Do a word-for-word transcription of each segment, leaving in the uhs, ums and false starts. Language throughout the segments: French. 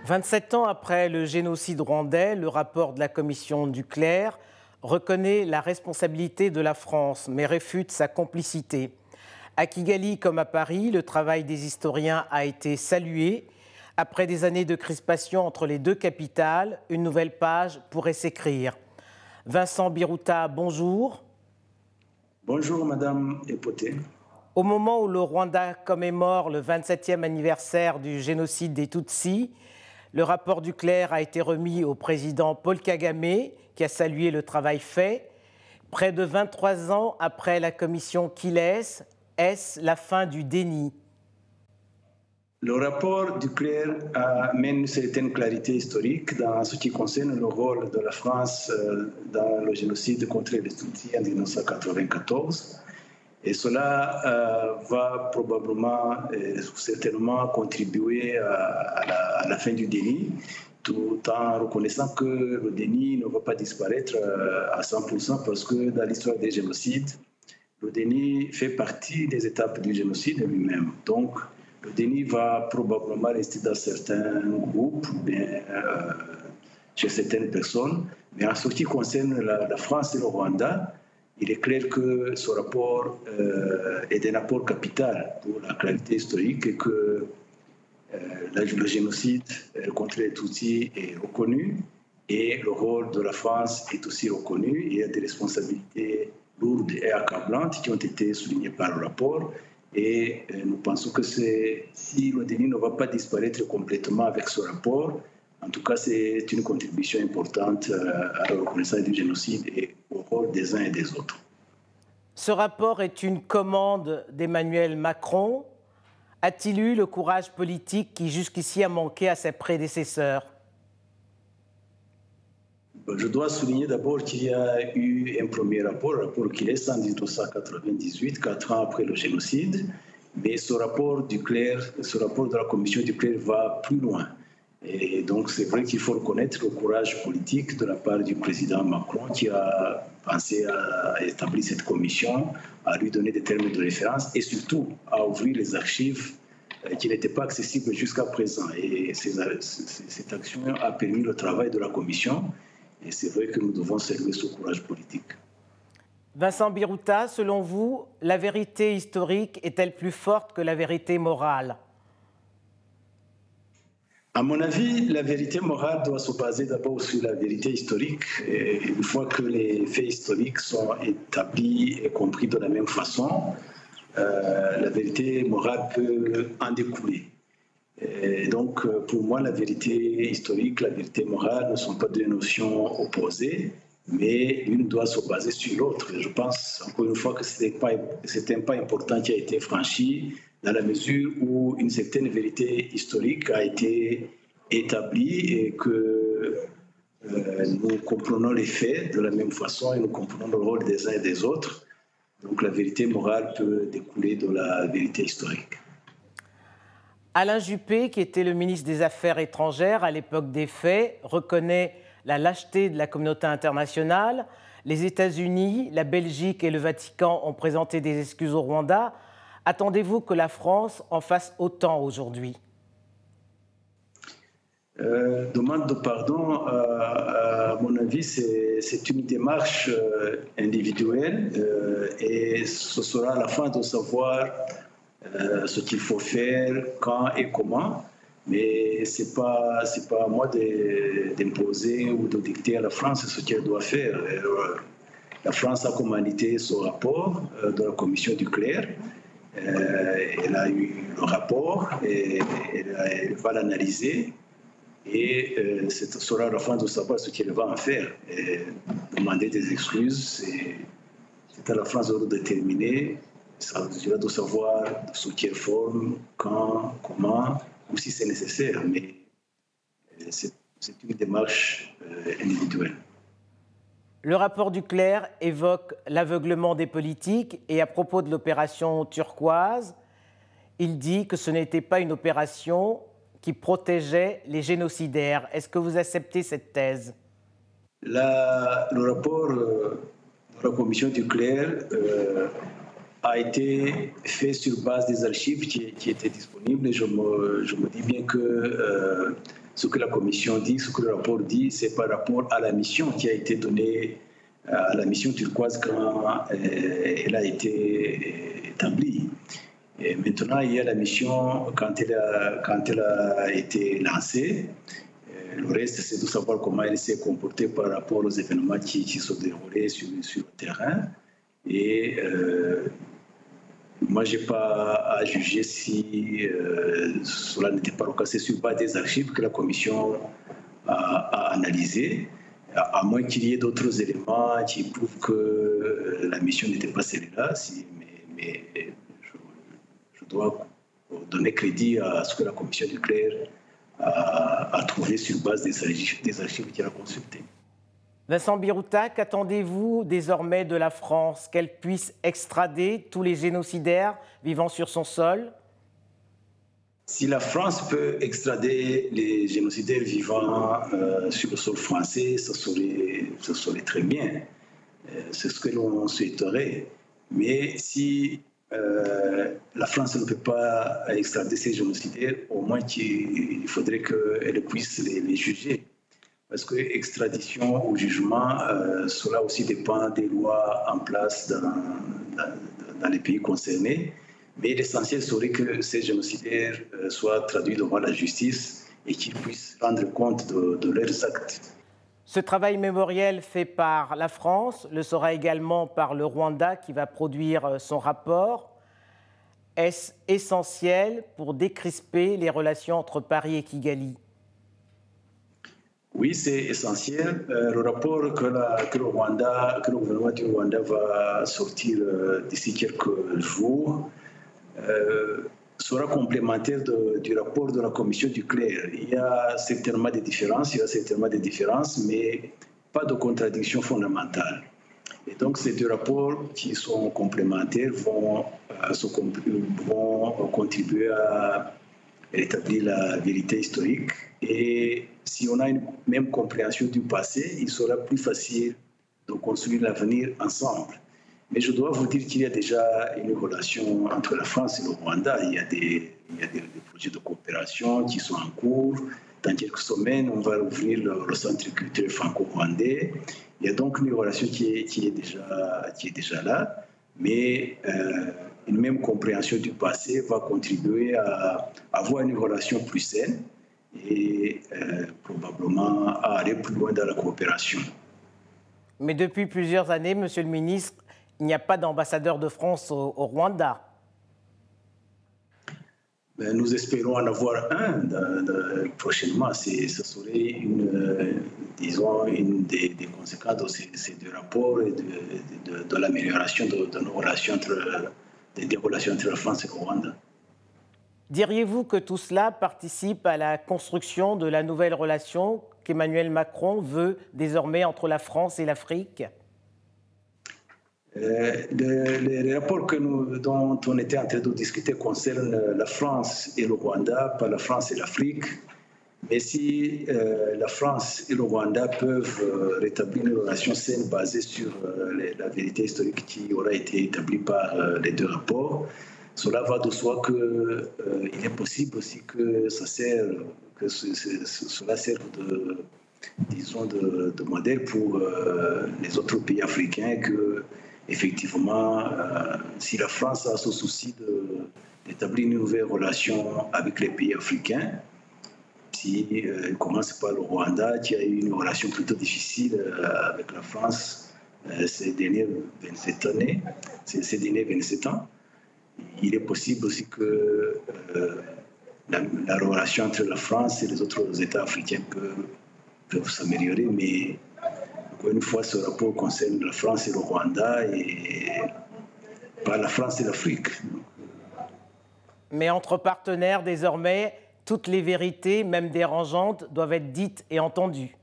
vingt-sept ans après le génocide rwandais, le rapport de la commission Duclercq reconnaît la responsabilité de la France, mais réfute sa complicité. À Kigali comme à Paris, le travail des historiens a été salué. Après des années de crispation entre les deux capitales, une nouvelle page pourrait s'écrire. Vincent Biruta, bonjour. Bonjour Madame Epoté. Au moment où le Rwanda commémore le vingt-septième anniversaire du génocide des Tutsis, le rapport Duclercq a été remis au président Paul Kagame, qui a salué le travail fait. Près de vingt-trois ans après la commission Kiles, est-ce la fin du déni? Le rapport Duclercq amène une certaine clarité historique dans ce qui concerne le rôle de la France dans le génocide contre les Tutsis en mille neuf cent quatre-vingt-quatorze. Et cela euh, va probablement, et certainement contribuer à, à, la, à la fin du déni, tout en reconnaissant que le déni ne va pas disparaître à cent pour cent parce que dans l'histoire des génocides, le déni fait partie des étapes du génocide lui-même. Donc, le déni va probablement rester dans certains groupes, ou bien euh, chez certaines personnes. Mais en ce qui concerne la, la France et le Rwanda, il est clair que ce rapport euh, est un apport capital pour la clarité historique et que euh, le génocide contre les Tutsis est reconnu et le rôle de la France est aussi reconnu. Il y a des responsabilités lourdes et accablantes qui ont été soulignées par le rapport et euh, nous pensons que si le déni ne va pas disparaître complètement avec ce rapport, en tout cas, c'est une contribution importante à la reconnaissance du génocide et au rôle des uns et des autres. Ce rapport est une commande d'Emmanuel Macron. A-t-il eu le courage politique qui jusqu'ici a manqué à ses prédécesseurs? Je dois souligner d'abord qu'il y a eu un premier rapport, le rapport Kiles en mille neuf cent quatre-vingt-dix-huit, quatre ans après le génocide. Mais ce rapport Duclercq, ce rapport de la commission Duclercq va plus loin. Et donc, c'est vrai qu'il faut reconnaître le courage politique de la part du président Macron qui a pensé à établir cette commission, à lui donner des termes de référence et surtout à ouvrir les archives qui n'étaient pas accessibles jusqu'à présent. Et ces, cette action a permis le travail de la commission et c'est vrai que nous devons saluer ce courage politique. Vincent Biruta, selon vous, la vérité historique est-elle plus forte que la vérité morale? À mon avis, la vérité morale doit se baser d'abord sur la vérité historique. Et une fois que les faits historiques sont établis et compris de la même façon, euh, la vérité morale peut en découler. Et donc, pour moi, la vérité historique, la vérité morale ne sont pas deux notions opposées, mais l'une doit se baser sur l'autre. Je pense, encore une fois, que c'est un pas important qui a été franchi dans la mesure où une certaine vérité historique a été établie et que euh, nous comprenons les faits de la même façon et nous comprenons le rôle des uns et des autres. Donc la vérité morale peut découler de la vérité historique. Alain Juppé, qui était le ministre des Affaires étrangères à l'époque des faits, reconnaît la lâcheté de la communauté internationale. Les États-Unis, la Belgique et le Vatican ont présenté des excuses au Rwanda. Attendez-vous que la France en fasse autant aujourd'hui? euh, Demande de pardon, euh, à mon avis, c'est une démarche euh, individuelle euh, et ce sera à la fin de savoir euh, ce qu'il faut faire, quand et comment. Mais ce n'est pas, c'est pas à moi d'imposer ou de dicter à la France ce qu'elle doit faire. Alors, la France a commandité ce rapport euh, de la commission Duclercq. Euh, elle a eu le rapport et elle, elle va l'analyser et euh, ce sera à la fin de savoir ce qu'elle va en faire. Et demander des excuses, c'est à la France de déterminer, ça sera de savoir sous quelle forme, quand, comment, ou si c'est nécessaire, mais c'est une démarche euh, individuelle. Le rapport Duclercq évoque l'aveuglement des politiques et à propos de l'opération turquoise, il dit que ce n'était pas une opération qui protégeait les génocidaires. Est-ce que vous acceptez cette thèse? La, Le rapport euh, de la commission Duclercq euh, a été fait sur base des archives qui, qui étaient disponibles et je me, je me dis bien que euh, ce que la Commission dit, ce que le rapport dit, c'est par rapport à la mission qui a été donnée, à la mission turquoise quand elle a été établie. Et maintenant, il y a la mission quand elle a, quand elle a été lancée. Le reste, c'est de savoir comment elle s'est comportée par rapport aux événements qui, qui sont déroulés sur, sur le terrain. Et euh, moi, je n'ai pas à juger si euh, cela n'était pas le cas. C'est sur base des archives que la Commission a, a analysé, à, à moins qu'il y ait d'autres éléments qui prouvent que la mission n'était pas celle-là. Si, mais, mais je, je dois donner crédit à ce que la Commission du Clerc a, a trouvé sur base des archives, des archives qu'elle a consultées. Vincent Biruta, qu'attendez-vous désormais de la France? Qu'elle puisse extrader tous les génocidaires vivant sur son sol? Si la France peut extrader les génocidaires vivant euh, sur le sol français, ça serait, ça serait très bien. Euh, c'est ce que l'on souhaiterait. Mais si euh, la France ne peut pas extrader ces génocidaires, au moins il faudrait qu'elle puisse les, les juger. Parce que extradition ou jugement, euh, cela aussi dépend des lois en place dans, dans, dans les pays concernés. Mais l'essentiel serait que ces génocidaires euh, soient traduits devant la justice et qu'ils puissent rendre compte de, de leurs actes. Ce travail mémoriel fait par la France le sera également par le Rwanda qui va produire son rapport. Est-ce essentiel pour décrisper les relations entre Paris et Kigali ? Oui, c'est essentiel. Euh, le rapport que, la, que, le Rwanda, que le gouvernement du Rwanda va sortir euh, d'ici quelques jours euh, sera complémentaire de, du rapport de la commission du Clerc. Il y a certainement des différences, il y a certainement des différences, mais pas de contradiction fondamentale. Et donc, ces deux rapports qui sont complémentaires vont, euh, se, vont contribuer à établir la vérité historique. Et si on a une même compréhension du passé, il sera plus facile de construire l'avenir ensemble. Mais je dois vous dire qu'il y a déjà une relation entre la France et le Rwanda. Il y a des, il y a des, des projets de coopération qui sont en cours. Dans quelques semaines, on va ouvrir le, le centre culturel franco-rwandais. Il y a donc une relation qui est, qui est, déjà, qui est déjà là. Mais euh, une même compréhension du passé va contribuer à avoir une relation plus saine et euh, probablement à aller plus loin dans la coopération. Mais depuis plusieurs années, Monsieur le ministre, il n'y a pas d'ambassadeur de France au, au Rwanda. Ben, nous espérons en avoir un de, de, prochainement. C'est, ce serait une, euh, disons, une des, des conséquences de ces, ces deux rapports et de, de, de, de l'amélioration de, de nos relations entre, des, des relations entre la France et le Rwanda. Diriez-vous que tout cela participe à la construction de la nouvelle relation qu'Emmanuel Macron veut désormais entre la France et l'Afrique ? Euh, le, les rapports que nous, dont on était en train de discuter concernent la France et le Rwanda, pas la France et l'Afrique. Mais si euh, la France et le Rwanda peuvent euh, rétablir une relation saine basée sur euh, les, la vérité historique qui aura été établie par euh, les deux rapports, cela va de soi qu'il euh, est possible aussi que, ça sert, que ce, ce, cela serve de, disons de, de modèle pour euh, les autres pays africains que effectivement, euh, si la France a ce souci de, d'établir une nouvelle relation avec les pays africains, si euh, elle commence par le Rwanda, qui a eu une relation plutôt difficile euh, avec la France euh, ces dernières vingt-sept années, ces, ces derniers vingt-sept ans, il est possible aussi que euh, la, la relation entre la France et les autres États africains peut, peuvent s'améliorer, mais encore une fois, ce rapport concerne la France et le Rwanda et pas la France et l'Afrique. Mais entre partenaires, désormais, toutes les vérités, même dérangeantes, doivent être dites et entendues.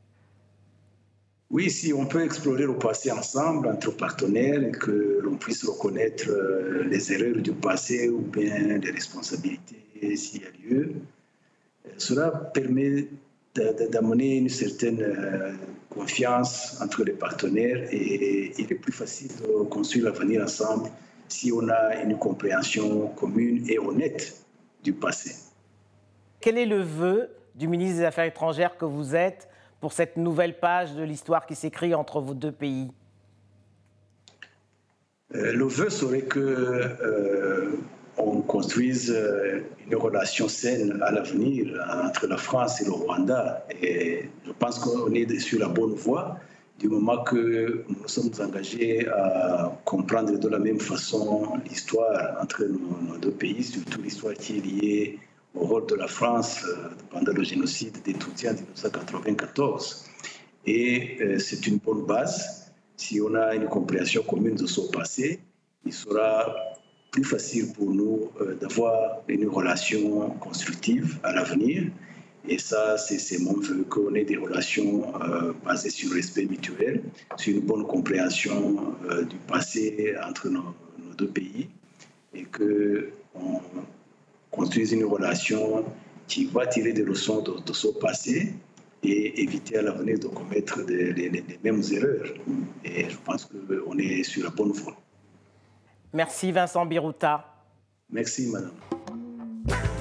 Oui, si on peut explorer le passé ensemble entre partenaires et que l'on puisse reconnaître les erreurs du passé ou bien les responsabilités s'il y a lieu, cela permet d'amener une certaine confiance entre les partenaires et il est plus facile de construire l'avenir ensemble si on a une compréhension commune et honnête du passé. Quel est le vœu du ministre des Affaires étrangères que vous êtes pour cette nouvelle page de l'histoire qui s'écrit entre vos deux pays? euh, Le vœu serait que euh, on construise une relation saine à l'avenir entre la France et le Rwanda. Et je pense qu'on est sur la bonne voie du moment que nous nous sommes engagés à comprendre de la même façon l'histoire entre nos, nos deux pays, surtout l'histoire qui est liée au rôle de la France pendant le génocide des Tutsis en mille neuf cent quatre-vingt-quatorze. Et euh, c'est une bonne base. Si on a une compréhension commune de ce passé, il sera plus facile pour nous euh, d'avoir une relation constructive à l'avenir. Et ça, c'est mon vœu, qu'on ait des relations euh, basées sur le respect mutuel, sur une bonne compréhension euh, du passé entre nos, nos deux pays, et qu'on construise une relation qui va tirer des leçons de, de ce passé et éviter à l'avenir de commettre des, les, les mêmes erreurs. Et je pense qu'on est sur la bonne voie. Merci Vincent Biruta. Merci, madame.